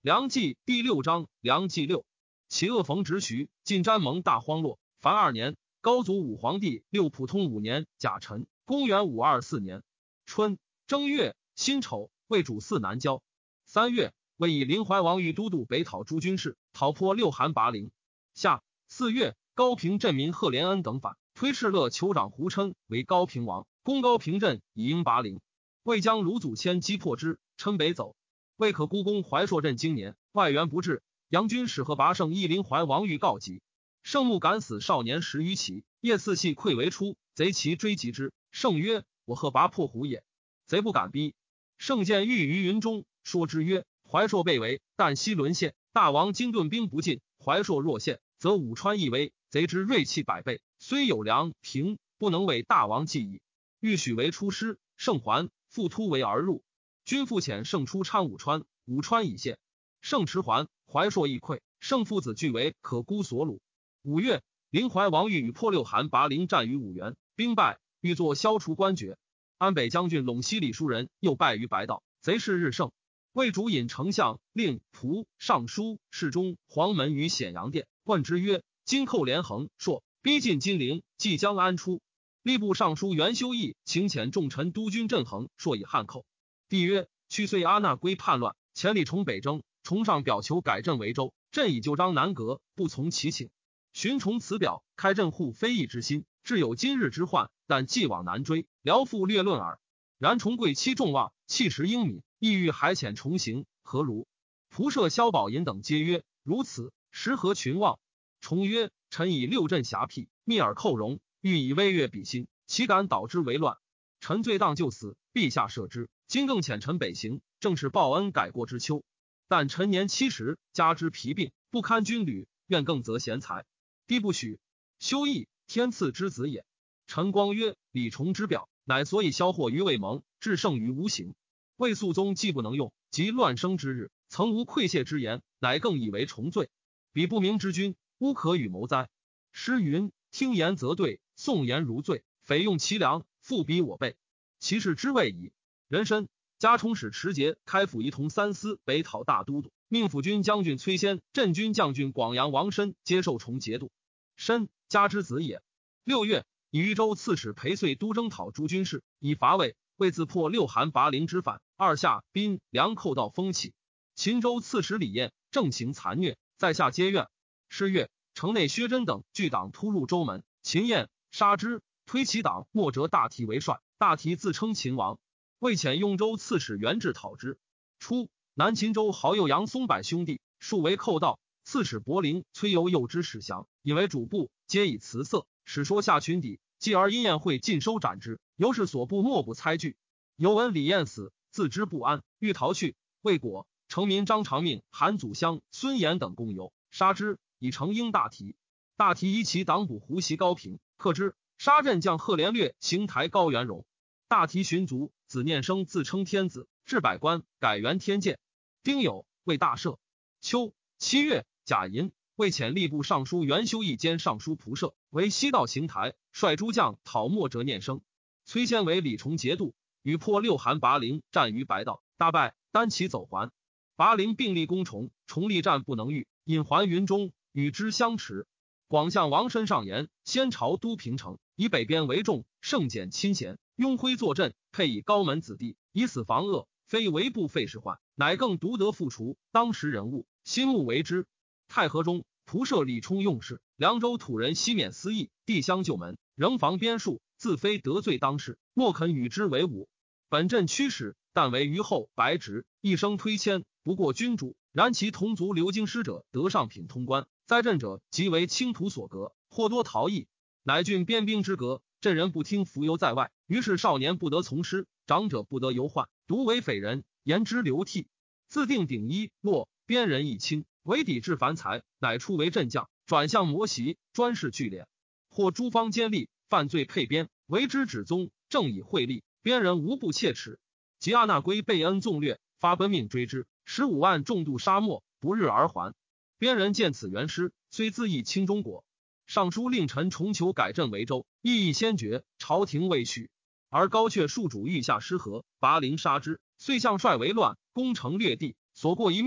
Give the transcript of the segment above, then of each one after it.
梁纪第6章。梁纪6，其恶逢直徐，晋詹蒙大荒落。凡2年，高祖武皇帝6普通5年甲辰，公元524年春正月辛丑，魏主嗣南郊。3月，魏以临淮王豫都督北讨诸军事，讨破六韩拔陵。夏4月，高平镇民贺连恩等反，推敕勒酋长胡琛为高平王，攻高平镇以应拔陵。魏将卢祖谦击破之，琛北走。魏可孤攻怀朔镇经年，外援不至，杨军使和拔胜义临淮王豫告急。胜木敢死少年10余骑，夜四系溃为出，贼骑追击之。胜曰：我和拔破虎也。贼不敢逼。胜见豫于云中，说之曰：怀朔被围，旦夕沦陷，大王今顿兵不进，怀朔若陷，则武川亦危，贼之锐气100倍，虽有良平，不能为大王计矣。豫许为出师，胜还，复突围而入。军复遣胜出参武川，武川已陷。胜迟还，怀朔亦溃，胜父子俱为可孤所虏。5月，临淮王豫与破六韩拔陵战于五原，兵败，欲作消除官爵。安北将军陇西李叔仁又败于白道，贼势日盛。魏主引丞相、令仆、尚书、侍中、黄门于显阳殿，问之曰：今寇连横、朔，逼近金陵，即将安出？吏部尚书袁修义请遣重臣督军镇衡，朔以汉寇。帝曰：去岁阿那归叛乱，前李崇北征，崇上表求改镇为州，朕以旧章难革，不从其请。寻崇此表，开镇户非义之心，至有今日之患，但既往难追，聊复略论耳。然崇贵戚众望，气持英敏，意欲还遣重行，何如？仆射萧宝寅等皆曰：如此，实合群望。崇曰：臣以6镇辖辟，密而寇戎，欲以威悦比心，岂敢导之为乱？臣罪当就死，陛下赦之。今更遣臣北行，正是报恩改过之秋。但臣年70，加之疲病，不堪军旅，愿更择贤才。帝不许。修义，天赐之子也。陈光曰：李崇之表，乃所以消祸于魏盟，致胜于无形。魏肃宗既不能用，及乱生之日，曾无愧谢之言，乃更以为重罪。彼不明之君，乌可与谋哉？诗云：听言则对，颂言如醉，匪用其良，复逼我辈。其事之谓矣。人参，加充使持节开府仪同3司北讨大都督，命辅军将军崔先、镇军将军广阳王申接受崇节度。申，家之子也。6月，以豫州刺史裴遂督征讨诸军事，以伐魏。魏自破六韩拔陵之反，二下宾梁寇盗风起。秦州刺史李彦正行残虐，在下皆怨。是月，城内薛真等聚党突入州门，秦彦杀之，推其党莫折大提为帅，大提自称秦王。魏遣雍州刺史元志讨之。初，南秦州豪右杨松柏兄弟数为寇盗，刺史柏林崔由诱之使降，以为主簿，皆以辞色，使说下群邸，继而因宴会尽收斩之。由是所部莫不猜惧。犹闻李彦死，自知不安，欲逃去，未果。成民张长命韩祖襄、孙延等共游，杀之，以成英大提。大提依其党捕胡袭高平，克之。杀镇将贺连略邢台高元荣。大提寻族，子念生自称天子，至百官，改元天监。丁酉，为大赦。秋7月，甲寅，魏遣吏部尚书袁修义兼尚书仆射，为西道邢台，率诸将讨莫折念生。崔先为李崇节度，与破六韩拔陵战于白道，大败，单骑走还。拔陵并力攻崇，崇力战不能御，引还云中，与之相持。广相王申上言，先朝都平城，以北边为重，胜减亲贤，拥辉坐镇，配以高门子弟，以死防恶，非为不费事患，乃更独得复除当时人物，心目为之。太和中，仆射李冲用事，凉州土人西免私议，地相救门，仍防边戍，自非得罪当世，莫肯与之为伍。本镇驱使，但为虞后白直，一生推迁，不过君主。然其同族流经师者得上品通关，在镇者即为倾土所革，或多逃逸，乃郡边兵之革。镇人不听，浮游在外，于是少年不得从师，长者不得游患，独为匪人，言之流涕。自定鼎一落，边人一轻，为抵制凡才，乃出为镇将，转向摩袭，专事聚敛，或诸方奸吏，犯罪配边，为之止宗，正以惠利，边人无不切齿。及阿那归被恩纵掠，发奔命追之，15万众渡沙漠，不日而还。边人见此援师，虽自意清中国。尚书令臣重求改镇为州，意义先决，朝廷未许。而高阙戍主欲下失和，拔陵杀之，遂向帅为乱，攻城略地，所过一灭，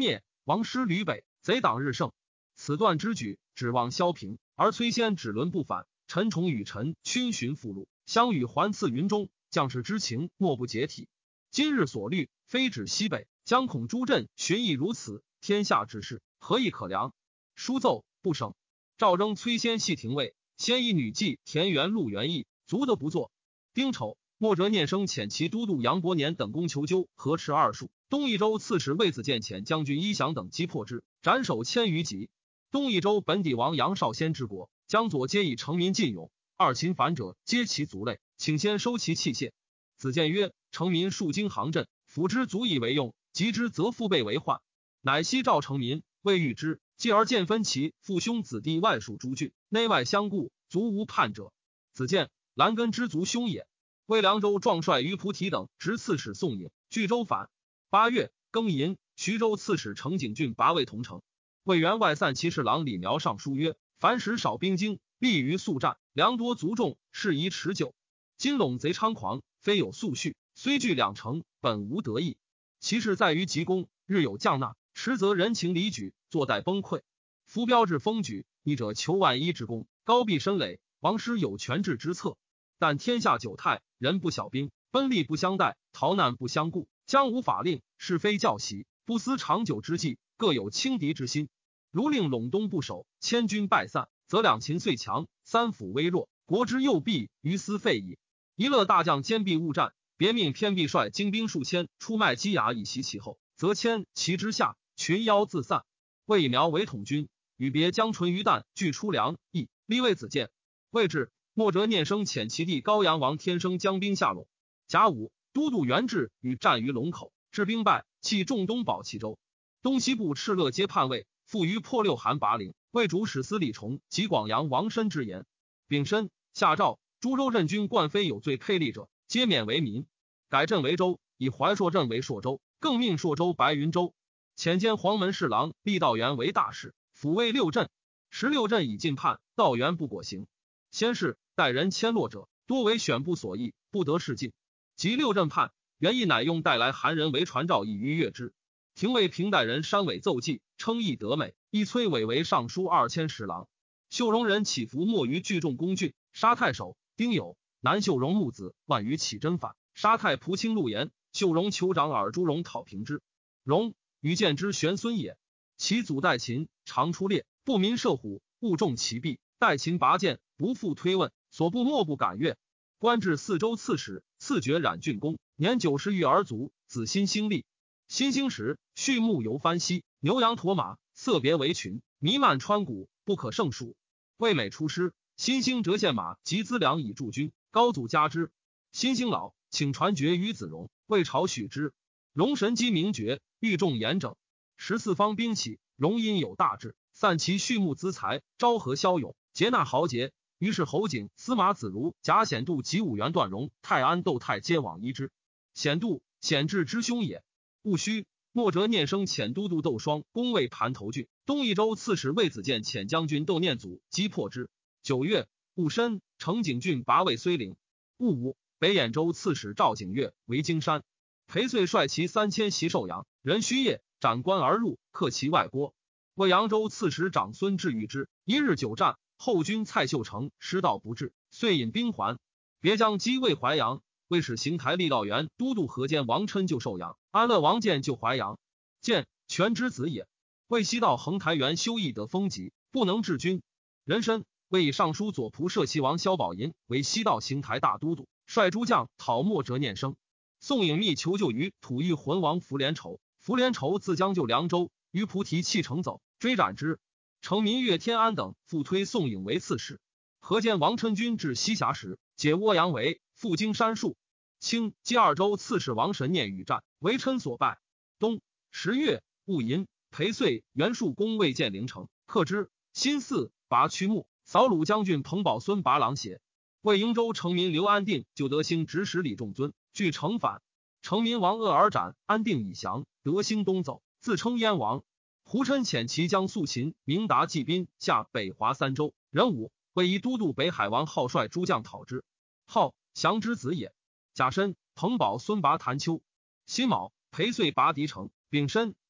王师屡北，贼党日盛。此段之举，指望消平，而崔先指轮不返。陈崇与陈勋寻复路，相与环刺云中，将士之情莫不解体。今日所虑，非指西北，将恐诸镇寻亦如此，天下之事，何以可量？书奏不省。赵征崔先系廷尉，先以女妓田园陆元义，足得不作。丁丑，莫哲念生遣其都督杨伯年等公求救，河池二数。东益州刺史魏子建遣将军伊祥等击破之，斩首1000余级。东益州本地王杨绍先之国，江左皆以成民尽勇，二秦反者皆其族类，请先收其器械。子建曰：成民数经行阵，辅之足以为用，及之则腹背为患。乃西召成民，未遇之，继而见分其父兄子弟外属诸郡，内外相顾，足无叛者。子建，兰根之族兄也。魏凉州壮帅于菩提等执刺史宋颖，据州反。8月，庚寅，徐州刺史程景峻拔魏同城。魏员外散骑侍郎李苗上书曰：凡时少兵精，利于速战，粮多足众，适宜持久。今陇贼猖狂，非有速序，虽据2城，本无得意。其事在于急攻，日有降纳，迟则人情离举，坐待崩溃。夫标志风举，一者求万一之功，高壁深垒，王师有权治之策。但天下久态，人不小兵，奔利不相待，逃难不相顾，将无法令，是非教习，不思长久之计，各有轻敌之心。如令陇东不守，千军败散，则2秦遂强，3府微弱，国之右臂于斯废矣。一乐大将坚壁勿战，别命偏壁率精兵数千出卖基雅以袭其后，则牵其之下，群妖自散。魏以苗为统军，与别将淳于旦俱出梁邑，立魏子建。魏至，莫哲念生遣其弟高阳王天生将兵下陇。甲午，都督元志与战于龙口，至兵败，弃重东保齐州。东西部敕勒皆叛魏，复于破六韩拔陵。魏主使司李崇及广阳王申之言。丙申，下诏诸州任军冠非有罪配吏者，皆免为民。改镇为州，以怀朔镇为朔州，更命朔州白云州。遣兼黄门侍郎厉道元为大使，抚慰6镇。16镇已进叛，道元不果行。先是待人迁落者，多为选部所议，不得事尽。及6镇叛，元义乃用带来韩人为传诏以逾越之。廷尉平代人山伟奏记，称义德美，以崔伟为尚书2000石郎。秀容人起伏没于聚众公郡，杀太守丁酉。南秀容木子万余起真反，杀太仆卿陆延。秀容酋长尔朱荣讨平之。荣，与见之玄孙也。其祖代秦，常出猎，不民射虎，误中其臂，待秦拔剑，不复推问，所部莫不敢悦。官至4州刺史，赐爵冉郡公，年90余而卒，子辛兴立。辛兴时，畜牧游番西，牛羊驼马，色别为群，弥漫川谷，不可胜数。魏美出师，辛兴折献马及资粮以助军，高祖加之。辛兴老，请传爵于子荣，魏朝许之。荣神机明爵，欲重严整。14方兵起，荣因有大志，散其畜牧资财，昭和骁勇，结纳豪杰。于是侯景、司马子如、贾显度及武元段荣、泰安窦泰皆往依之。显度，显志之兄也。戊戌，莫哲念生遣都督窦双攻魏盘头郡，东益州刺史魏子建遣将军窦念祖击破之。9月，戊申，程景峻拔魏睢陵。戊午，北兖州刺史赵景岳为荆山。裴遂率其3000袭寿阳，人须夜斩关而入，克其外郭。魏扬州刺史长孙志遇之，一日久战，后军蔡秀成失道不至，遂引兵还。别将击魏淮阳。魏使邢台厉道元都督河间王琛救寿阳，安乐王建救淮阳。建，权之子也。魏西道横台原修义得风疾，不能治军。壬申，魏以尚书左仆射齐王萧宝寅为西道邢台大都督，率诸将讨莫哲念生。宋颖密求救于吐谷浑王符连仇，符连仇自将救凉州，于菩提弃城走，追斩之。成民岳天安等复推宋颖为刺史。河间王琛军至西峡时，解涡阳围，复经山树。清冀2州刺史王神念与战，为琛所败。冬10月，戊寅，裴遂、袁术攻魏建陵城，克之。辛巳，拔曲木，扫鲁将军彭宝孙拔狼邪。魏瀛州成民刘安定就德兴指使李仲尊，据城反。成民王鄂而斩，安定以降，德兴东走，自称燕王。胡琛遣其将肃秦、明达骑兵下北华3州。壬午，魏夷都督北海王浩率诸将讨之。浩，降之子也。甲申，彭宝孙拔潭丘。辛卯，裴遂拔狄城。丙申，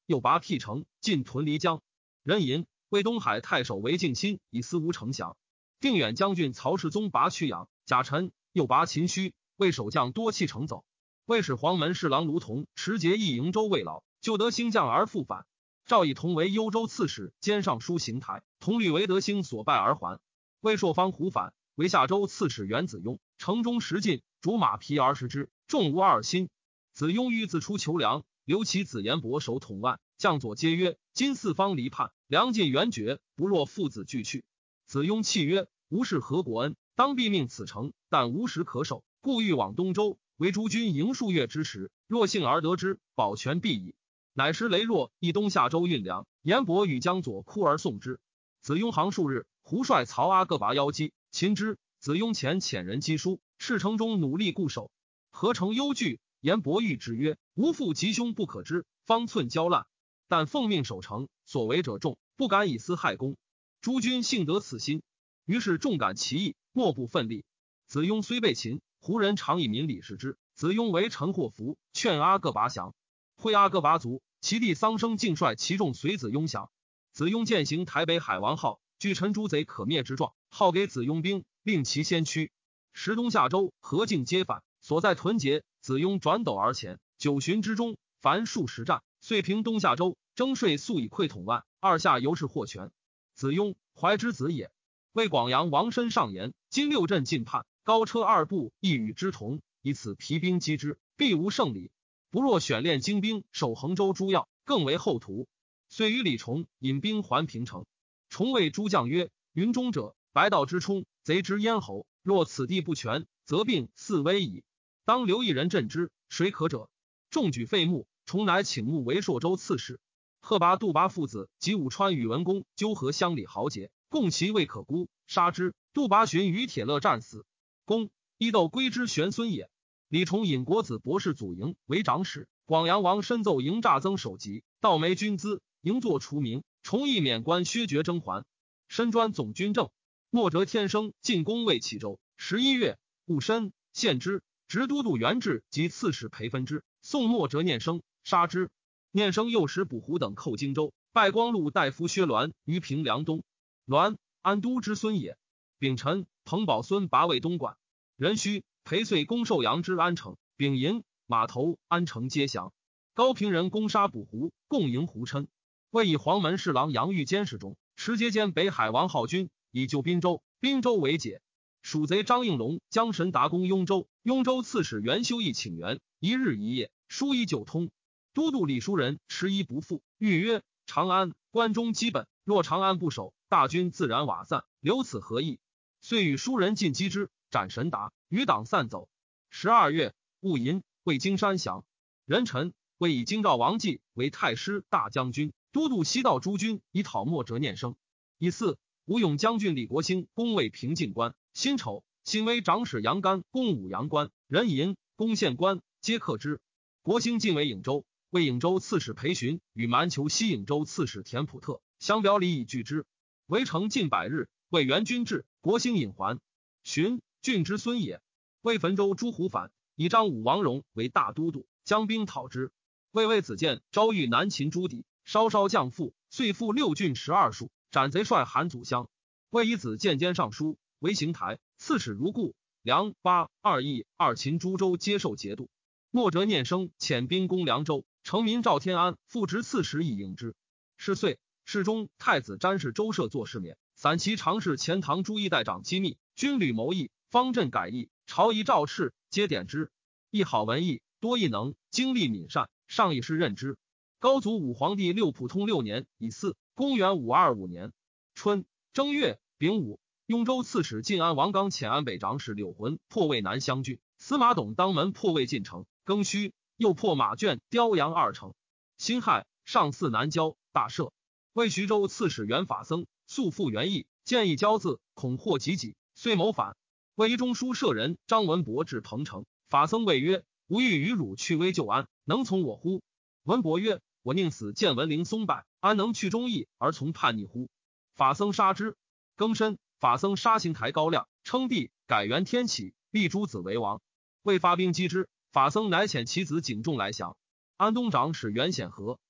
又拔辟城，进屯离江。人吟为东海太守韦敬新以思无丞相。定远将军曹世宗拔曲阳，贾臣又拔秦须，为守将多弃城走。魏使黄门侍郎卢同持节义营州未老，就得兴将而复返。赵以同为幽州刺史兼尚书行台，同律为德兴所败而还。魏朔方胡反，为夏州刺史袁子雍，城中食尽，逐马匹20只，众无2心。子雍欲自出求粮，留其子严伯守统万，将佐皆曰：今四方离叛，粮尽援绝，不若父子俱去。子雍泣曰：吾是何国恩，当必命此城，但无时可守，故欲往东周，为诸军营数月之时，若幸而得之，保全必矣。乃时雷若一东夏州运粮，严伯与江左哭而送之。子雍行数日，胡帅曹阿各拔邀击，擒之。子雍遣遣人击书，赤城中努力固守。何成忧惧，严伯谕之曰：吾父吉凶不可知，方寸焦烂，但奉命守城，所为者众，不敢以私害公。诸军幸得此心，于是众感其意，莫不奋力。子雍虽被擒，胡人常以民礼视之。子雍为臣祸福，劝阿各拔降。会阿各拔卒，其弟桑生竟率其众随子雍降。子雍践行台北海王号，据陈诸贼可灭之状，号给子雍兵，令其先驱。时东夏州何进皆反，所在屯节，子雍转斗而前，9旬之中，凡数十战，遂平东夏州。征税素以溃统万，二夏尤是获全。子雍怀之子也。为广阳王申上言，今6镇进叛，高车2部亦与之同，以此疲兵击之，必无胜理。不若选练精兵，守衡州诸要，更为后图。遂与李崇引兵还平城。崇谓诸将曰：云中者，白道之冲，贼之咽喉，若此地不全，则病似危矣。当留一人镇之，谁可者？众举废木，崇乃请募为朔州刺史。贺拔、杜拔父子及武川宇文公纠合乡里豪杰，共其未可估，杀之。杜拔寻于铁勒战死。公伊斗归之玄孙也。李崇引国子博士祖营为长史，广阳王申奏营诈增首级，盗没军资，营作除名，崇亦免官削爵征还。申专总军政。莫哲天生进攻魏齐州。11月，戊申，献之。直都督元志及刺史裴分之，宋莫哲念生，杀之。念生诱使卜胡等寇荆州，拜光禄大夫薛鸾于平凉东。鸾，安都之孙也。丙辰，彭宝孙拔为东莞。壬戌，裴遂攻寿阳之安城。丙寅，马头、安城皆降。高平人攻杀卜胡，共迎胡琛。魏以黄门侍郎杨玉监视中，持节兼北海王浩军，以救滨州。滨州为解。蜀贼张应龙将神达攻雍州，雍州刺史袁修义请援，一日一夜，书以九通。都督李叔仁迟疑不复，谕曰：长安关中基本，若长安不守，大军自然瓦散，留此何益？遂与叔仁进击之，斩神达，余党散走。12月，戊寅，为荆山降。壬辰，为以京兆王继为太师大将军，都督西道诸军，以讨莫哲念生。乙巳，吴勇将军李国兴攻魏平晋关。辛丑，新为长史杨干攻武阳关，壬寅，攻县关，皆克之。国兴进为颍州，为颍州刺史裴询与蛮酋西颍州刺史田普特相表里以拒之。围城近100日，为援军至，国兴引还。询，郡之孙也。为汾州诸胡反，以张武王荣为大都督，将兵讨之。魏子建招遇南秦诸氐，稍稍降附，遂复6郡12戍，斩贼帅韩祖襄。魏以子建兼尚书，为行台，刺史如故。梁、巴、2邑、2秦诸州皆受节度。莫哲念生遣兵攻凉州，成民赵天安复职刺史以应之。是岁，世中太子詹事周摄作事免，散骑常侍钱塘诸一代长机密，军旅谋议，方阵改易，朝仪诏敕，皆典之。亦好文艺，多异能，精力敏善，上以是任之。高祖武皇帝6普通6年乙巳，公元525年春正月丙午，雍州刺史晋安王刚遣安北长史柳浑破魏南襄郡，司马董当门破魏晋城。庚戌，又破马圈、雕阳2城。辛亥，上巳南郊，大赦。为徐州刺史袁法僧素负元义，见义骄自，恐祸及己，遂谋反。为一中书舍人张文博至彭城，法僧谓曰：吾欲与汝去危救安，能从我乎？文博曰：我宁死见文陵松败，安能去忠义而从叛逆乎？法僧杀之。庚申，法僧杀邢台高亮，称帝，改元天启，立诸子为王。为发兵击之，法僧乃遣其子景仲来降。安东长史袁显和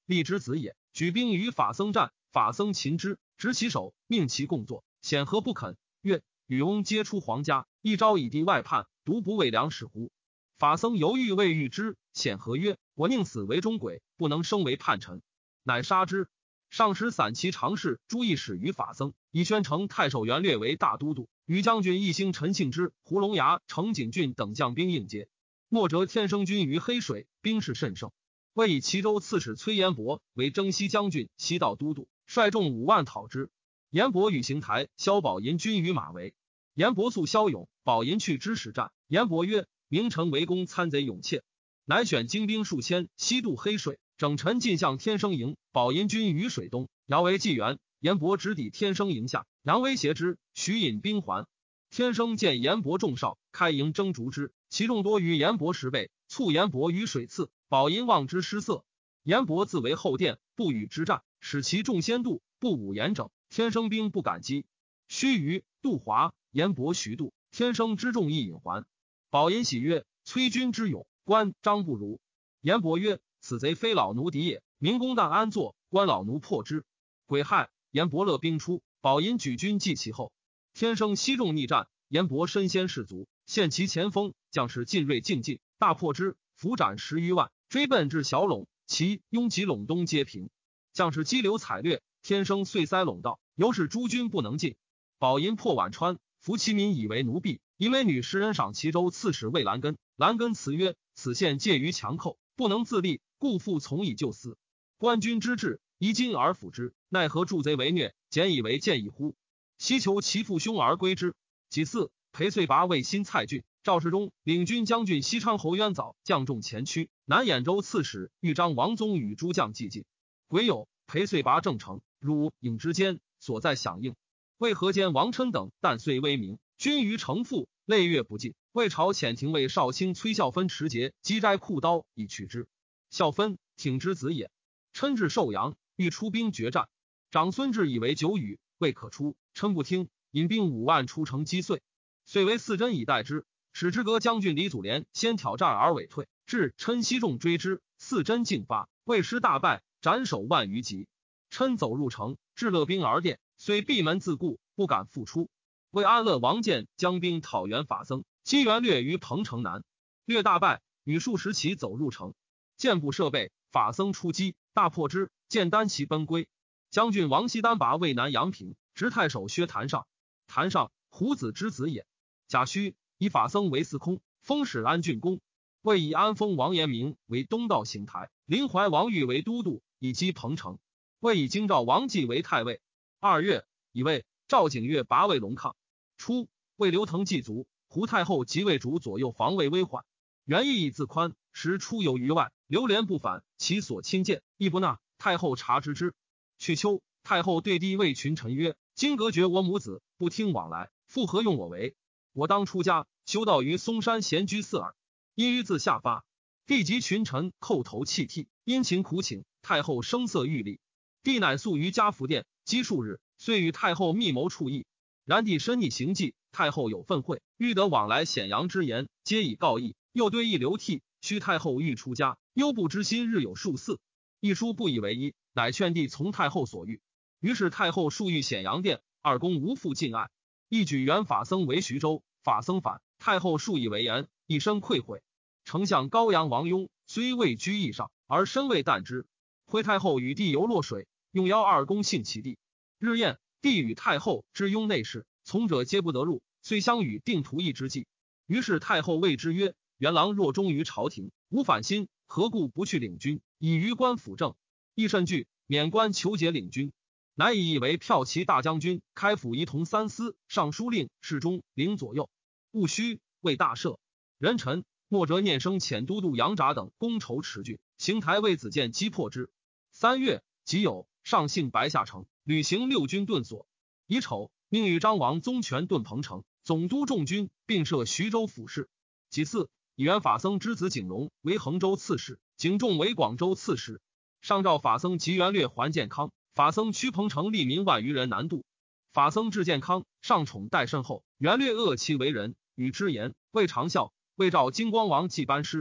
立之子也。举兵与法僧战，法僧擒之，执其手，命其共坐，显何不肯？曰：禹翁皆出皇家，一朝以地外叛，独不为良使乎？法僧犹豫未遇之，显何曰：我宁死为中鬼，不能生为叛臣，乃杀之。上使散骑常侍朱义使于法僧，以宣城太守袁略为大都督，与将军义兴陈庆之、胡龙牙、程景峻等将兵应接。莫折天生军于黑水，兵势甚盛。为以齐州刺史崔延伯为征西将军、西道都督，率众5万讨之。延伯与邢台、萧宝银军于马围。延伯素骁勇，宝银去之使战。延伯曰：明城围攻参贼勇怯，乃选精兵数千，西渡黑水，整陈进向天生营。宝银军于水东，遥为纪元。延伯直抵天生营下，杨威胁之，许引兵还。天生见延伯众少，开营征逐之，其众多于延伯10倍，促延伯于水次。宝银望之失色，延伯自为后殿，不与之战，使其众先渡，不武严整，天生兵不敢击。须臾，杜华、延伯徐渡，天生之众亦引还。宝银喜曰：崔军之勇，关张不如。延伯曰：此贼非老奴敌也，明公旦安坐，关老奴破之。癸亥，延伯勒兵出，宝银举军继其后。天生西众逆战，延伯身先士卒，陷其前锋，将士进锐竞进，大破之，伏斩10余万，追奔至小陇，其拥及陇东皆平。将士激流采掠，天生遂塞陇道，由使诸军不能进。宝银破宛川，服其民以为奴婢。因为女诗人赏齐州刺史魏兰根，兰根辞曰：此县介于强寇，不能自立，故复从以就死。官军之志，宜今而辅之，奈何助贼为虐，简以为见矣乎？希求其父兄而归之。其次，裴遂拔为新蔡郡，赵世忠领军将军西昌侯渊藻将众前驱，南兖州刺史豫章王宗与诸将既进。癸酉，裴遂拔正城，汝颍之间，所在响应。魏河间王琛等但遂威名，军于城父，累月不进。魏朝遣廷尉少卿崔孝芬持节击摘库刀以取之。孝芬挺之子也。琛至寿阳，欲出兵决战，长孙志以为久语，未可出，琛不听，引兵5万出城击遂。遂为四真以待之，使之革将军李祖廉先挑战而委退，至琛西众追之，四真进发，魏师大败，斩首万余级。琛走入城，至勒兵而殿，虽闭门自固，不敢复出。为安乐王建将兵讨袁法僧，击袁略于彭城南，略大败，与数十骑走入城，建不设备，法僧出击，大破之，建单骑奔归。将军王锡丹拔渭南阳平，执太守薛谭上，谭上胡子之子也。贾诩以法僧为司空，封始安郡公。魏以安封王延明为东道行台，临淮王玉为都督，以击彭城。魏以京兆王继为太尉。2月，以为赵景岳拔魏龙亢。初，魏刘腾祭卒，胡太后即位主左右防卫微缓。元义以自宽，时出游于外，流连不返，其所亲见亦不纳。太后察之之。去秋，太后对弟魏群臣曰：今隔绝我母子，不听往来，复何用我为？我当出家，修道于嵩山闲居4耳。因于自下发，帝及群臣叩头泣涕，殷勤苦请，太后声色欲厉。帝乃宿于家福殿，积数日，遂与太后密谋处议。然帝深逆行迹，太后有愤恚，欲得往来显阳之言，皆以告议。又对议流涕，须太后欲出家，忧不知心日有数四。一书不以为一，乃劝帝从太后所欲。于是太后数谕显阳殿，二公无复敬爱。一举原法僧为徐州，法僧反，太后数以为言，一生愧悔。丞相高阳王雍虽位居义上，而身未惮之。徽太后与帝游落水，用邀二公信其地。日宴，帝与太后之雍内侍，从者皆不得入，遂相与定图议之计。于是太后谓之曰：元郎若忠于朝廷，无反心，何故不去领军，以于官辅政？亦甚惧，免官求节领军。乃以为骠骑大将军、开府仪同3司、尚书令、侍中、领左右。戊戌，为大赦。人臣莫哲念生遣都督杨札等攻筹持郡，邢台魏子建击破之。3月，己酉，上幸白下城，履行6军顿所。乙丑，命与张王宗权顿彭城，总督众军，并设徐州府事。其次，以原法僧之子景荣为衡州刺史，景仲为广州刺史。上诏法僧及元略还建康，法僧驱彭城吏民万余人南渡。法僧至建康，上宠待甚厚，元略恶其为人，与之言，未长效。魏召金光王祭班师。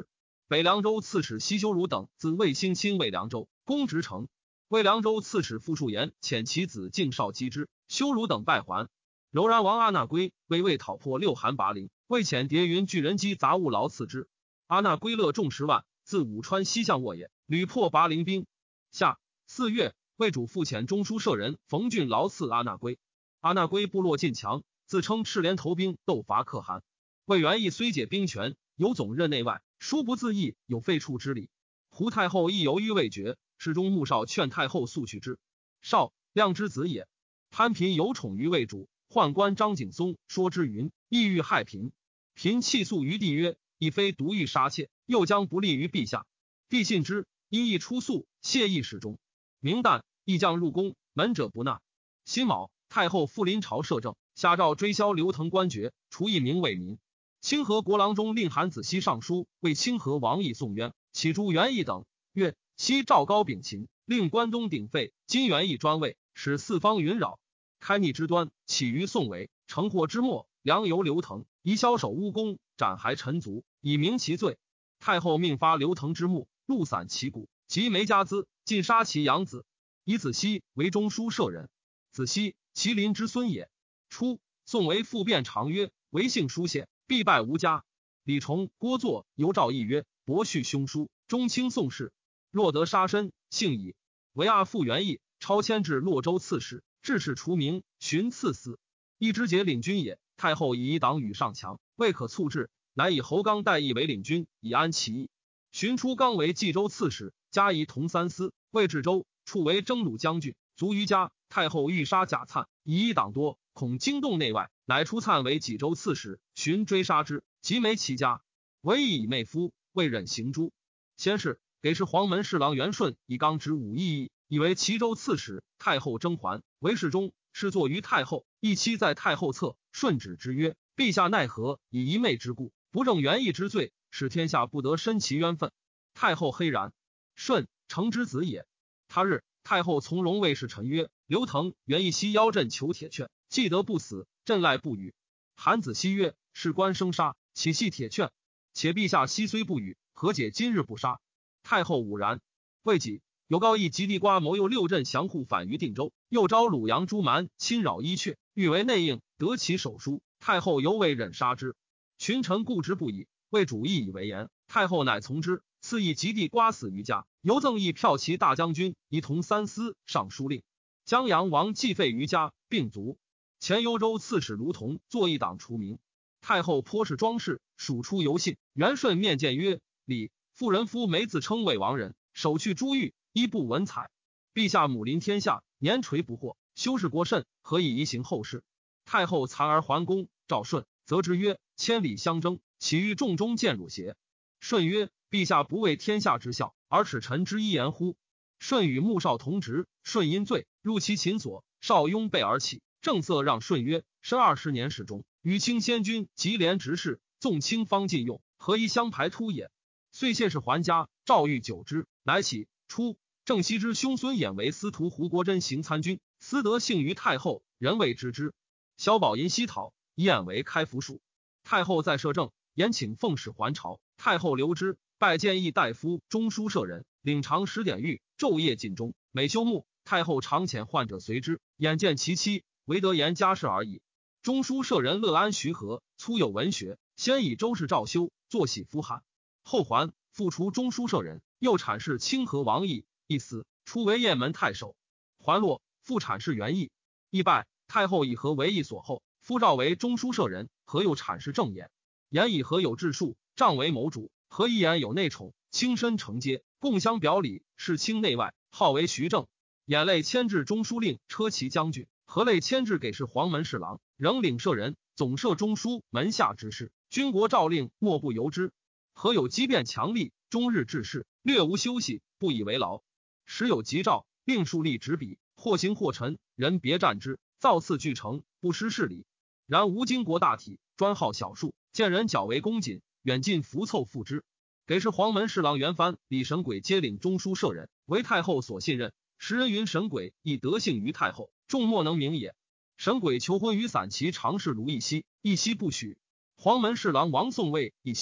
北凉州刺史西修儒等自魏兴亲魏凉州，攻直城。魏凉州刺史傅树言遣其子敬少击之，修儒等败还。柔然王阿那归为魏讨破六韩拔陵，魏遣叠云巨人击杂物劳刺之。阿那归勒众10万，自武川西向沃也，屡破拔陵兵。夏4月，魏主复遣中书舍人冯俊劳刺阿那归。阿那归部落进强，自称赤连头兵斗伐可汗。魏元义虽解兵权，有总任内外，殊不自议，有废黜之理。胡太后亦犹豫未决，侍中穆少劝太后速去之。少，亮之子也。潘嫔有宠于魏主，宦官张景松说之云：意欲害嫔。嫔泣诉于帝曰：亦非独欲杀妾，又将不利于陛下。帝信之，因亦出诉，谢意始终。明旦，亦将入宫，门者不纳。辛卯，太后复临朝摄政，下诏追削刘腾官爵，除一名为民。清河国郎中令韩子熙上书为清河王义宋渊，起诛元义等，曰：昔赵高秉秦，令关东鼎沸，今元义专位，使四方云扰。开逆之端起于宋为，成祸之末，良由刘腾，宜枭首诬公，斩骸陈族，以明其罪。太后命发刘腾之墓，戮散其骨，及梅家资，尽杀其养子。以子熙为中书舍人。子熙，麒麟之孙也。初，宋为复辩常曰：为姓书写，必败无家。李崇、郭作尤诏议曰：博叙兄书，中清宋氏。若得杀身，幸矣。为阿父元义，超迁至洛州刺史，致使除名，寻赐死。一之节领军也。太后以一党与上强，未可促之，乃以侯刚代义为领军，以安其意。寻出刚为冀州刺史，加以同三司，魏至州，处为征虏将军，卒于家。太后欲杀贾粲，以一党多，恐惊动内外，乃出粲为济州刺史，寻追杀之，即没其家。唯以妹夫，未忍行诛。先是，给事黄门侍郎元顺以刚直武义，以为齐州刺史。太后征还，为侍中，侍坐于太后，一妻在太后侧。顺旨之曰：陛下奈何以一妹之故，不正元义之罪，使天下不得申其冤愤？太后黑然。顺，成之子也。他日，太后从容谓侍臣曰：刘腾、元义西邀朕求铁券，既得不死，朕赖不语。韩子熙曰：事关生杀，岂系铁券？且陛下昔虽不语，何解今日不杀？太后武然。未几，有告议及地瓜谋诱6镇降户反于定州，又招鲁阳诸蛮侵扰伊阙，欲为内应，得其手书。太后犹未忍杀之。群臣固执不已，魏主意以为言，太后乃从之。赐以及地瓜死于家，犹赠议骠骑大将军，一同三司尚书令。江阳王既废于家，病卒。前幽州刺史卢同作一党除名。太后颇是装饰，属出游信。元顺面见曰：李妇人夫梅自称魏王人，手去珠玉，衣不文采。陛下母临天下，年垂不惑，修饰国甚，何以移行后世？太后残而还宫，赵顺则之曰：千里相争，岂欲众中见辱邪？顺曰：陛下不为天下之孝，而耻臣之一言乎？顺与穆少同职，顺因罪入其寝所，少拥被而起，正色让顺曰：身20年始终，与卿先君及廉执事，纵卿方尽用，何以相排突也？遂谢氏还家，诏谕久之，乃起。初，郑熙之兄孙衍为司徒胡国珍行参军，私得幸于太后，人未知之。萧宝银西讨，以衍为开府属。太后在摄政，衍请奉使还朝，太后留之，拜谏议大夫、中书舍人，领常使典狱，昼夜尽忠，每休沐。太后常遣患者随之，眼见其妻，唯得言家事而已。中书舍人乐安徐和，粗有文学，先以周氏诏修，作喜夫汉。后还，复除中书舍人，又阐释清河王义，一死，出为雁门太守。还落，复阐释元义，亦败。太后以何为义所后，夫诏为中书舍人，何又阐释正言？言以何有治术，仗为谋主，何以言有内宠，亲身承接，共相表里，事清内外，号为徐正。眼类迁至中书令、车骑将军，何类迁至给事黄门侍郎，仍领舍人，总摄中书门下之事，军国诏令莫不由之。何有机变强力，终日治事，略无休息，不以为劳。时有急诏，令数吏执笔，或行或陈，人别战之，造次俱成，不失事理。然无经国大体，专好小术，见人较为恭谨，远近浮凑附之。给事黄门侍郎袁帆、李神轨皆领中书舍人，为太后所信任。时人云神轨亦得幸于太后，众莫能明也。神轨求婚于散骑常侍卢义熙，义熙不许。黄门侍郎王颂谓义熙曰：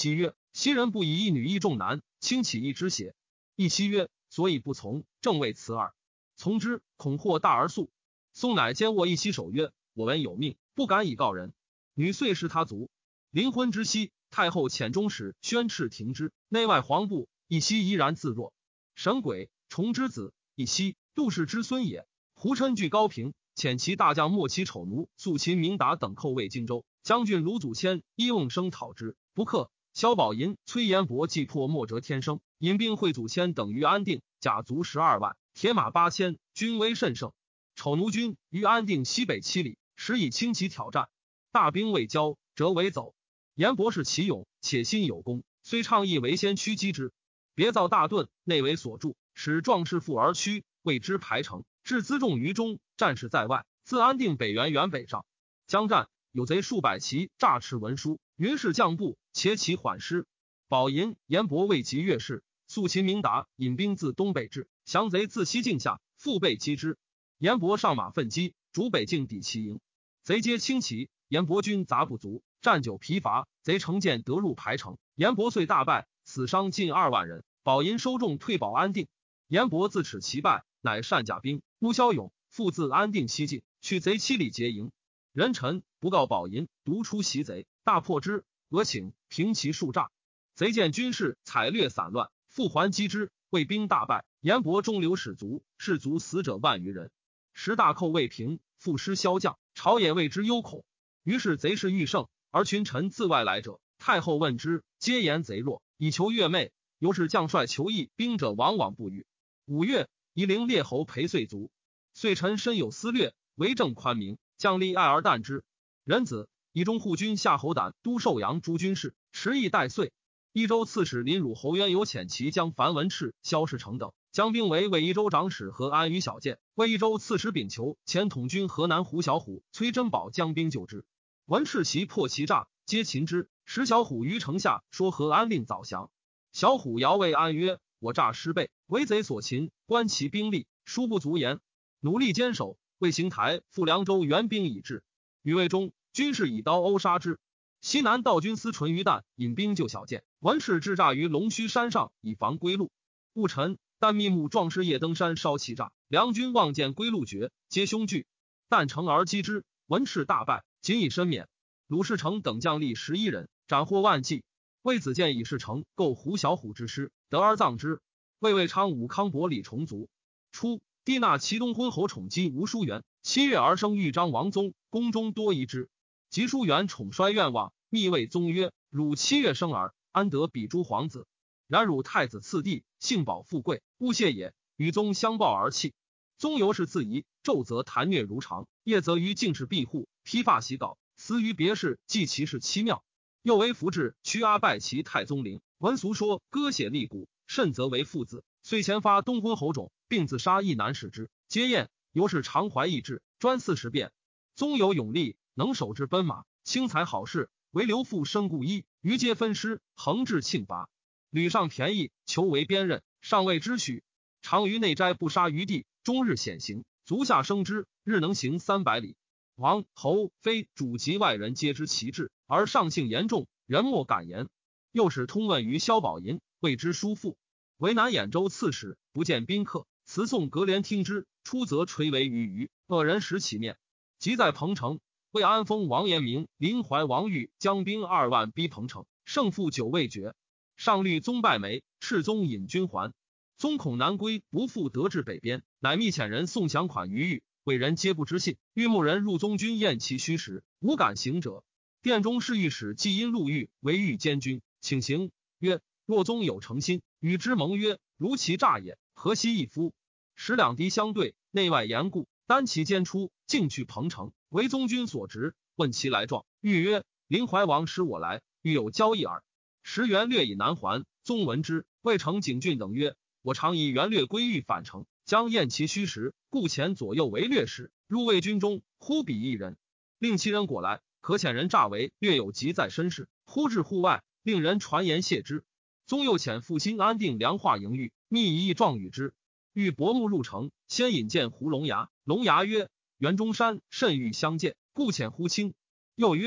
昔人不以一女一重男，轻起一之血。义妻曰：所以不从，正为此耳。从之，恐祸大而速。宋乃兼握义妻手曰：我闻有命，不敢以告人。女遂视他卒。临婚之夕，太后遣中使宣敕停之，内外惶怖，义妻怡然自若。神鬼，崇之子，义妻，杜氏之孙也。胡琛据高平，遣其大将莫其丑奴肃秦明达等寇卫荆州，将军卢祖谦、伊瓮生讨之，不克。萧宝寅、崔延伯既破莫折天生，引兵会祖谦等于安定，甲卒12万，铁马8000，军威甚盛。丑奴军于安定西北7里，时以轻骑挑战，大兵未交，折为走。延伯是其勇，且心有功，虽倡议为先驱击之，别造大盾，内为所筑，使壮士负而趋，谓之排城。置辎重于中，战士在外。自安定北原北上，将战，有贼数百骑诈持文书，云是将部，且其缓师。宝寅、延伯未及越氏，肃秦明达引兵自东北至，降贼自西境下，腹背击之。延伯上马奋击，逐北境抵其营，贼皆轻骑，延伯军杂不足，战久疲乏，贼乘舰得入排城，延伯遂大败，死伤近2万人。宝寅收众退保安定，延伯自耻其败，乃善甲兵，乌骁勇，复自安定西进，去贼7里结营。人臣不告宝寅，独出袭贼，大破之，俄请平其数诈。贼见军士采掠散乱，复还击之，魏兵大败。延伯中流矢卒，士卒死者万余人。时大寇未平，复失骁将，朝野为之忧恐。于是贼势愈盛，而群臣自外来者，太后问之，皆言贼弱，以求越媚。由是将帅求议兵者，往往不语。5月，夷陵列侯裴遂卒。遂臣深有思略，为政宽明，将吏爱而惮之。仁子以中护军夏侯胆都寿阳诸军事，持意待岁。益州刺史林汝侯渊有遣骑将樊文赤、萧士成等将兵为益州长史和安于小舰，为益州刺史秉求前统军河南胡小虎、崔珍宝将兵救之。文赤袭破其诈，皆擒之。使小虎于城下说和安令早降。小虎遥谓安曰：我诈失备，为贼所擒，观其兵力，殊不足言。努力坚守，为邢台赴凉州援兵已至，于魏中军士以刀殴杀之。西南道军司淳于旦引兵救小舰，文赤置诈于龙须山上，以防归路。戊辰，旦密目壮士夜登山烧其诈，梁军望见归路绝，皆凶惧。旦乘而击之，文赤大败，仅以身免。鲁士成等将吏11人，斩获万计。魏子建以事成构胡小虎之师，得而葬之。魏昌武康伯李重卒。初，帝纳齐东昏侯宠姬吴叔元，7月而生豫章王宗，宫中多疑之。及叔元宠衰愿望，密谓宗曰：汝7月生儿，安得比诸皇子？然汝太子次第，幸保富贵，勿谢也。与宗相抱而泣。宗由是自疑，昼则谈虐如常，夜则于净室庇护，披发洗稿，思于别事，记其事奇妙。又为福至屈阿拜其太宗陵，闻俗说割血立骨，甚则为父子，遂前发东昏侯种，并自杀一男使之，皆验。由是常怀异志，专40变。宗有勇力，能守之奔马，轻财好事，为刘父生故衣，余皆分师，横至庆拔。吕上便宜，求为边任，上谓之许。常于内斋不杀于地，终日显行，足下生之，日能行300里。王侯非主及外人皆知其志，而上性严重，人莫敢言。又使通问于萧宝寅，谓之叔父。为南兖州刺史，不见宾客，辞送隔帘听之，出则垂为于余，恶人识其面。即在彭城，为安丰王延明、临淮王玉将兵2万逼彭城，胜负久未决。上虑宗败没，赤宗引军还。宗恐难归，不复得至北边，乃密遣人送降款于玉，为人皆不知信。欲牧人入宗军验其虚实，无敢行者。殿中侍御史既因陆玉为御监军，请行。曰：若宗有诚心，与之盟约，如其诈也，何惜一夫？使两敌相对，内外严固，单其间出，径去彭城，为宗军所执。问其来状，玉曰：临淮王使我来，欲有交易耳。时元略以南还，宗闻之，谓成景峻等曰：我常以元略归豫返城，将验其虚实，故前左右为略士，入魏军中，忽彼一人，令其人果来，可遣人诈为略有疾在身事，忽至户外，令人传言谢之。宗又遣复兴安定良化营狱，密以状与之。欲薄暮入城，先引荐胡龙牙。龙牙曰：元中山甚欲相见，故遣呼卿。又曰：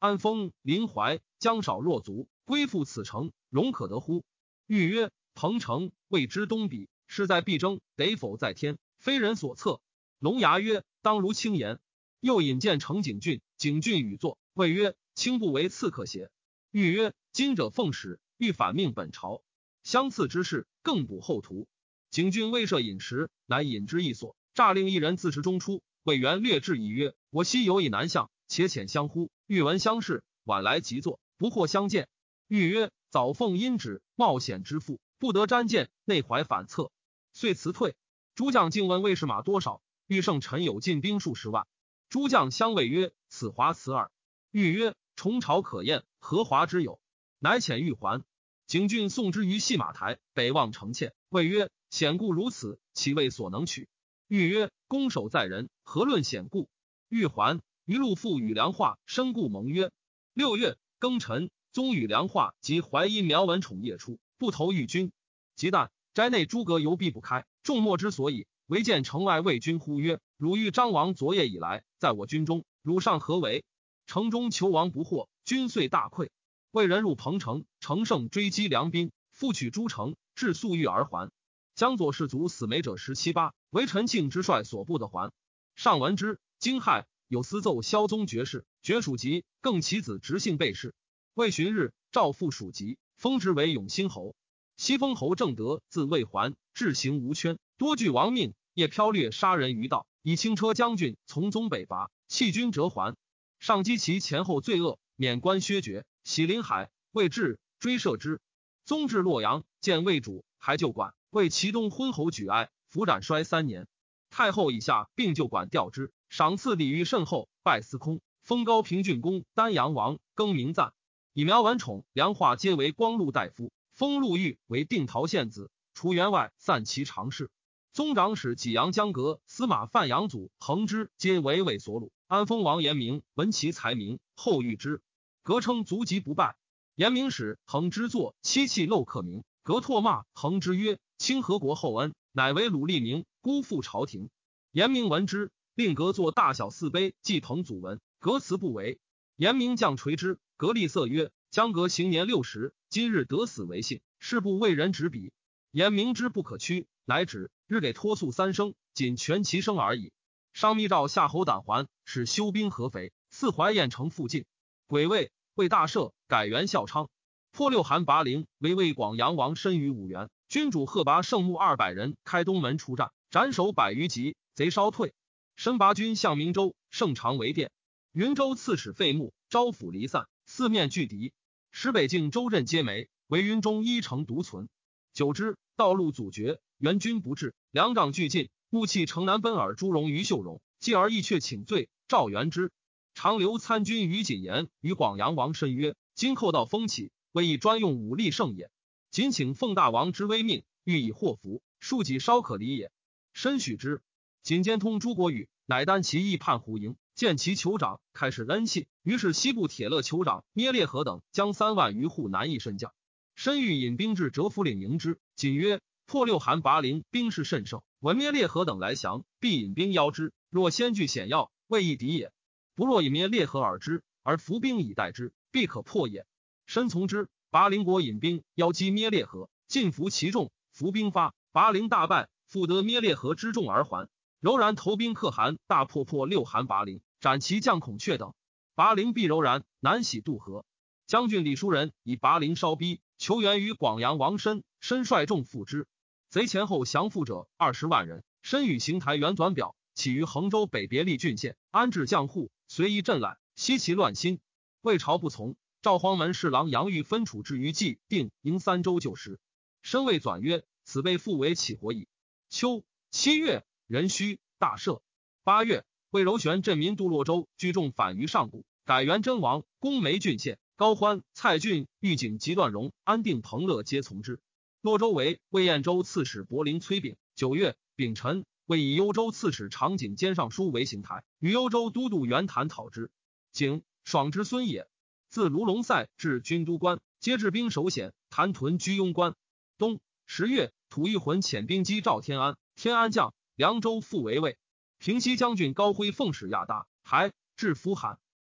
安丰、临淮将少弱卒，归附此城，容可得乎？欲曰：彭城未知东鄙，势在必争，得否在天，非人所测。龙牙曰：当如轻言。又引荐成景峻，景峻语作，谓曰：卿不为刺客邪？欲曰：今者奉使，欲反命本朝，相次之事，更补后图。景峻未设饮食，乃引之一所，诈令一人自持中出。魏元略质疑曰：我昔有以南向，且遣相呼，欲闻相视，晚来即坐，不获相见。欲曰：早奉阴旨，冒险之父，不得瞻见，内怀反侧，遂辞退。诸将竟问魏士马多少，欲胜陈有进兵数十万。诸将相谓曰：此华此耳。欲曰：崇朝可验，何华之有？乃遣欲还。景峻送之于戏马台，北望城堑，谓曰：险故如此，其未所能取。欲曰：攻守在人，何论险故？欲还。于陆父与梁化深固盟约。6月庚辰，宗与梁化及淮阴苗文宠夜出，不投御军。及旦，斋内诸阁犹闭不开，众莫之所以，唯见城外魏军呼曰：汝欲张王昨夜以来，在我军中，汝上何为？城中求王不获，军遂大溃。魏人入彭城，乘胜追击梁兵，复取诸城，至宿豫而还。江左士卒死没者17、8，为陈庆之帅所部的还。上闻之，惊骇，有私奏萧宗爵士，爵属籍，更其子直姓备氏。魏旬日，诏复属籍，封之为永兴侯。西封侯正德自魏还，志行无圈，多惧亡命，夜剽掠杀人于道，以轻车将军从宗北伐，弃军折还。上击其前后罪恶，免官削爵，徙临海，魏至，追射之。宗至洛阳，见魏主，还旧馆，为祁东昏侯举哀，服斩衰3年。太后以下并就馆调之，赏赐礼遇甚厚，拜司空，封高平郡公、丹阳王，更名赞。以苗文宠、梁化皆为光禄大夫，封陆玉为定陶县子，除员外，散其常侍。宗长史济阳江阁、司马范阳祖、彭之皆为魏所虏。安丰王延明闻其才名，后遇之，革称足疾不败。延明使彭之作七器漏刻名，革唾骂彭之曰：清何国厚恩，乃为鲁立名，辜负朝廷。延明闻之，令革作大小4碑祭彭祖文，革辞不为。延明将垂之，革厉色曰：江革行年60，今日得死为幸，是不为人执笔。延明之不可屈，乃止，日给托粟3升，仅全其声而已。商密诏夏侯胆还，使修兵合肥，赐淮堰城附近。癸未，为大赦，改元孝昌。破六韩拔陵，为魏广阳王申于5元。君主贺拔圣目200人，开东门出战，斩首100余级，贼稍退。申拔军向明州，盛长为殿。云州刺史废穆，招抚离散，四面拒敌。使北境州镇皆没，唯云中1城独存。久之，道路阻绝，援军不至，粮帐俱尽。穆弃城南奔尔朱荣于秀荣，继而义却请罪，诏援之。长留参军于谨言与广阳王申曰：今寇盗风起，未以专用武力胜也。仅请奉大王之威命，欲以祸福，庶己稍可理也。申许之。谨兼通诸国语，乃单其意叛胡营，见其酋长，开始恩信。于是西部铁勒酋长咩列和等将3万余户南邑身将。申欲引兵至折伏岭迎之，谨曰：破六韩拔陵，兵势甚盛，闻咩列和等来降，必引兵邀之。若先据险要，未易敌也。不若以咩列和而之，而伏兵以待之，必可破也。申从之。拔陵国引兵邀击咩列和，尽服其众，伏兵发，拔陵大败，复得咩列和之众而还。柔然投兵可汗，大破六韩拔陵，斩其将孔雀等。拔陵必柔然，南徙渡河。将军李叔仁以拔陵稍逼，求援于广阳王申，申率众赴之。贼前后降附者20万人。申与邢台元纂表，起于衡州北别利郡县，安置将户，随意镇揽，息其乱心。魏朝不从，赵荒门侍郎杨玉分处置于冀定营3州就时。申谓纂曰：此被复为起火矣。秋7月，壬戌，大赦。8月，魏柔玄镇民都洛州，聚众反于上谷，改元真王，攻梅郡县。高欢、蔡郡、豫景及段荣、安定、彭乐皆从之。洛州为魏燕州刺史柏陵崔炳。9月，丙辰，魏以幽州刺史长景兼尚书为行台，与幽州都督袁谭讨之。景，爽之孙也。自卢龙塞至军都关，皆置兵守险，谭屯居庸关。冬10月，吐谷浑遣兵击赵天安，天安将，凉州复为魏。平西将军高辉奉使亚大，还至扶罕。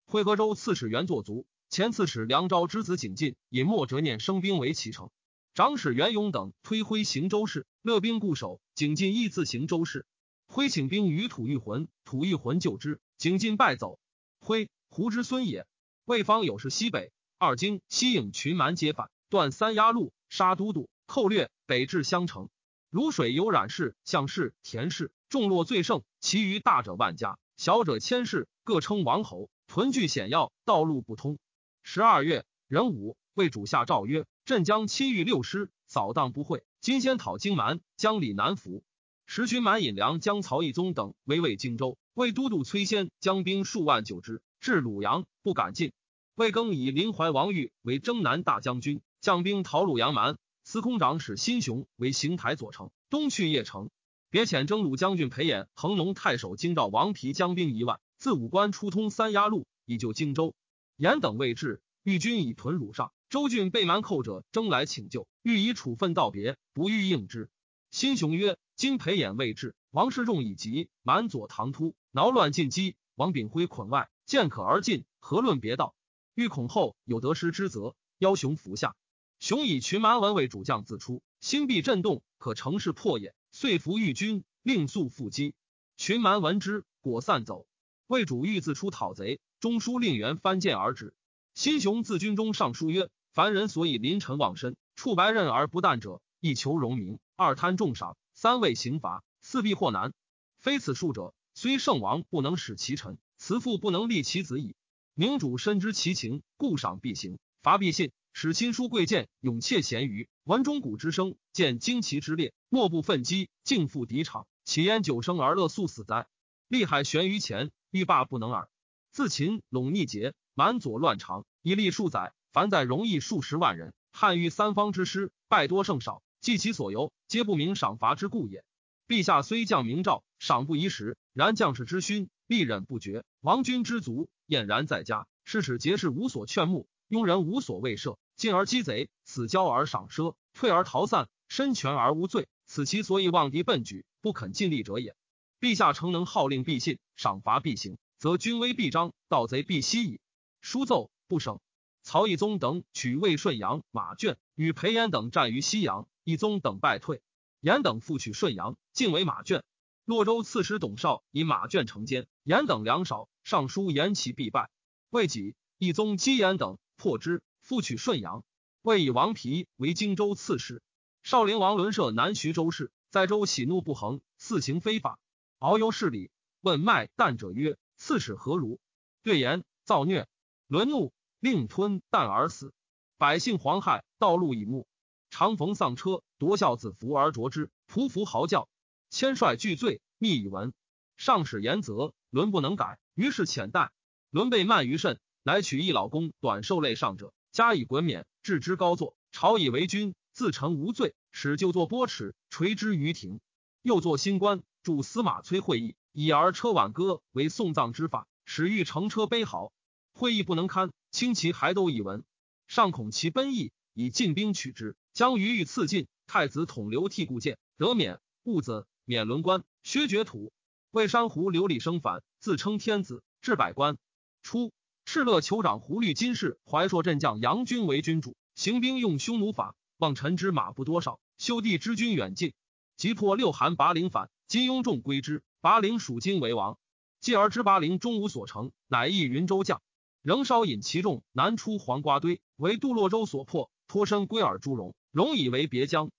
会河州刺史袁作卒，前刺史梁昭之子景进引墨折念生兵为其城。长史袁勇等推徽行州事，勒兵固守，景进亦自行州事。徽请兵于吐谷浑，吐谷浑救之，景进败走。徽，胡之孙也。魏方有事西北，二京、西颍群蛮皆反，断三鸭路，杀都督，寇掠，北至襄城。泸水有冉氏、项氏、田氏，众落最盛，其余大者万家，小者千氏，各称王侯，屯聚险要，道路不通。12月，壬午，魏主下诏曰：镇将亲御6师，扫荡不讳，今先讨荆蛮，将李南服。时群蛮引梁将曹义宗等围魏荆州，魏都督崔先将兵数万救之，至鲁阳，不敢进。魏更以临淮王玉为征南大将军，将兵讨鲁阳蛮。司空长史辛雄为邢台左丞，东去邺城。别遣征虏将军裴衍、恒农太守京兆王皮将兵1万，自武关出通三鸭路，以救荆州。衍等未至，豫军已屯鲁上。州郡被蛮寇者征来请救，欲以处分道别，不欲应之。辛雄曰：今裴衍未至，王师众已急，蛮左唐突，挠乱进击，王秉辉捆外，见可而进，何论别道？欲恐后有得失之责，邀雄服下。雄以群蛮文为主将自出，心必震动，可乘势破也。遂服豫军，令速复击。群蛮闻之，果散走。魏主欲自出讨贼，中书令员翻剑而止。辛雄自军中上书曰：凡人所以临臣忘身，触白刃而不啖者，一求荣名，二贪重赏，三畏刑罚，四必获难。非此数者，虽圣王不能使其臣，慈父不能立其子矣。明主深知其情，故赏必行，罚必信。使亲疏贵贱，勇怯咸鱼，闻钟鼓之声，见旌旗之列，莫不奋击，尽赴敌场，岂焉久生而乐速死哉？利害悬于前，欲罢不能耳。自秦陇逆节，蛮左乱长，以历数载，凡在容易数十万人。汉欲三方之师，败多胜少，计其所由，皆不明赏罚之故也。陛下虽降明诏，赏不宜时，然将士之勋，必忍不绝；王君之足，俨然在家。是使节士无所劝慕，庸人无所畏赦，进而击贼，死骄而赏奢，退而逃散，身权而无罪，此其所以忘敌奔举，不肯尽力者也。陛下诚能号令必信，赏罚必行，则军威必彰，盗贼必息矣。书奏不省。曹义宗等取魏顺阳、马圈，与裴炎等战于西阳，义宗等败退。严等复取顺阳，进为马圈。洛州刺史董绍以马圈成奸，严等粮少，上书言其必败。魏己，义宗击严等，破之，复取顺阳。魏以王皮为荆州刺史。少陵王伦涉南徐州事，在州喜怒不恒，肆行非法。遨游市里，问卖旦者曰：刺史何如？对言：造虐。伦怒，令吞旦而死。百姓惶骇，道路以目。常逢丧车，夺孝子服而着之，匍匐嚎叫。千帅俱罪，密以闻。上使严责，伦不能改，于是遣代。伦被慢于甚，乃取一老公短受类上者，加以衮免，置之高座。朝以为君，自称无罪，使就作波尺，垂之于庭。又作新官，助司马崔会议，以而车挽歌为送葬之法，使欲乘车悲嚎。会议不能堪，轻其还都以闻。上恐其奔逸，以进兵取之，将于欲刺进。太子统流涕故谏，得免。戊子，免伦官，削爵土。魏山胡刘礼生反，自称天子，至百官。初，敕勒酋长胡律金氏怀朔镇将杨军为君主，行兵用匈奴法，望臣之马不多少，修地之军远近，即破六韩拔陵反，金雍众归之，拔陵属金为王。继而知拔陵终无所成，乃诣云州将，仍稍引其众南出黄瓜堆，为杜洛州所破，脱身归尔朱荣，荣以为别将。